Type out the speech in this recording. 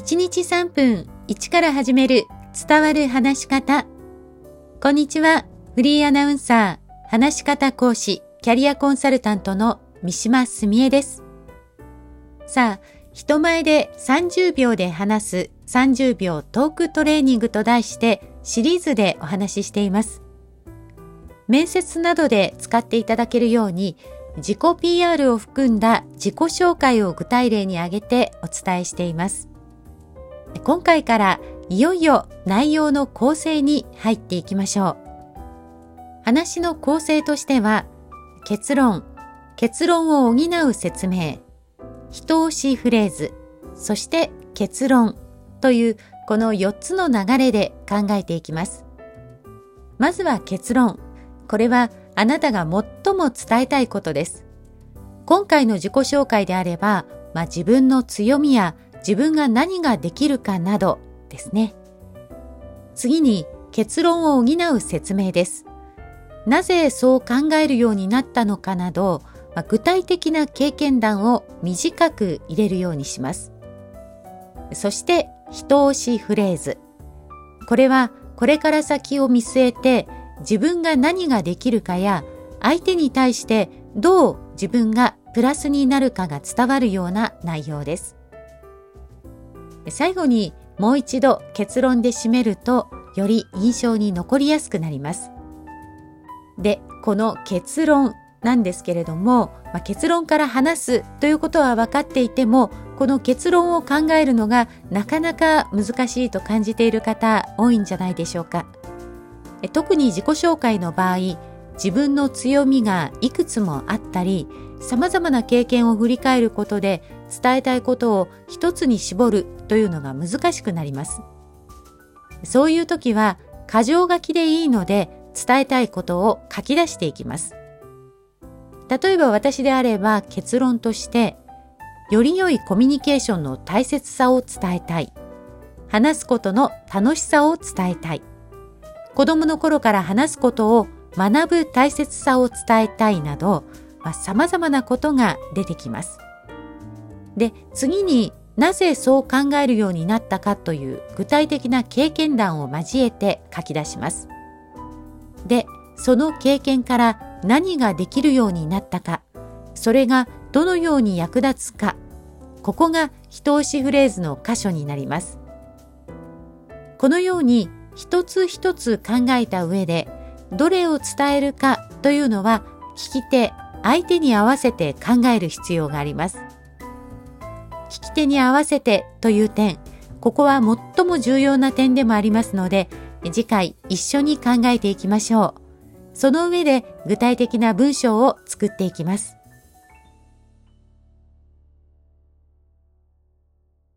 1日3分1から始める伝わる話し方。こんにちは。フリーアナウンサー、話し方講師、キャリアコンサルタントの三島澄江です。さあ、人前で30秒で話す30秒トークトレーニングと題してシリーズでお話ししています。面接などで使っていただけるように自己 PR を含んだ自己紹介を具体例に挙げてお伝えしています。今回からいよいよ内容の構成に入っていきましょう。話の構成としては、結論を補う説明、一押しフレーズ、そして結論というこの4つの流れで考えていきます。まずは結論。これはあなたが最も伝えたいことです。今回の自己紹介であれば、自分の強みや自分が何ができるかなどですね。次に結論を補う説明です。なぜそう考えるようになったのかなど、具体的な経験談を短く入れるようにします。そして一押しフレーズ。これはこれから先を見据えて自分が何ができるかや相手に対してどう自分がプラスになるかが伝わるような内容です。最後にもう一度結論で締めるとより印象に残りやすくなります。で、この結論なんですけれども、結論から話すということは分かっていても、この結論を考えるのがなかなか難しいと感じている方多いんじゃないでしょうか。特に自己紹介の場合、自分の強みがいくつもあったり、様々な経験を振り返ることで伝えたいことを一つに絞るというのが難しくなります。そういう時は箇条書きでいいので伝えたいことを書き出していきます。例えば私であれば結論として、より良いコミュニケーションの大切さを伝えたい。話すことの楽しさを伝えたい。子供の頃から話すことを学ぶ大切さを伝えたいなど、様々なことが出てきます。で、次になぜそう考えるようになったかという具体的な経験談を交えて書き出します。で、その経験から何ができるようになったか、それがどのように役立つか、ここが一押しフレーズの箇所になります。このように一つ一つ考えた上で、どれを伝えるかというのは聞き手、相手に合わせて考える必要があります。聞き手に合わせてという点、ここは最も重要な点でもありますので、次回一緒に考えていきましょう。その上で具体的な文章を作っていきます。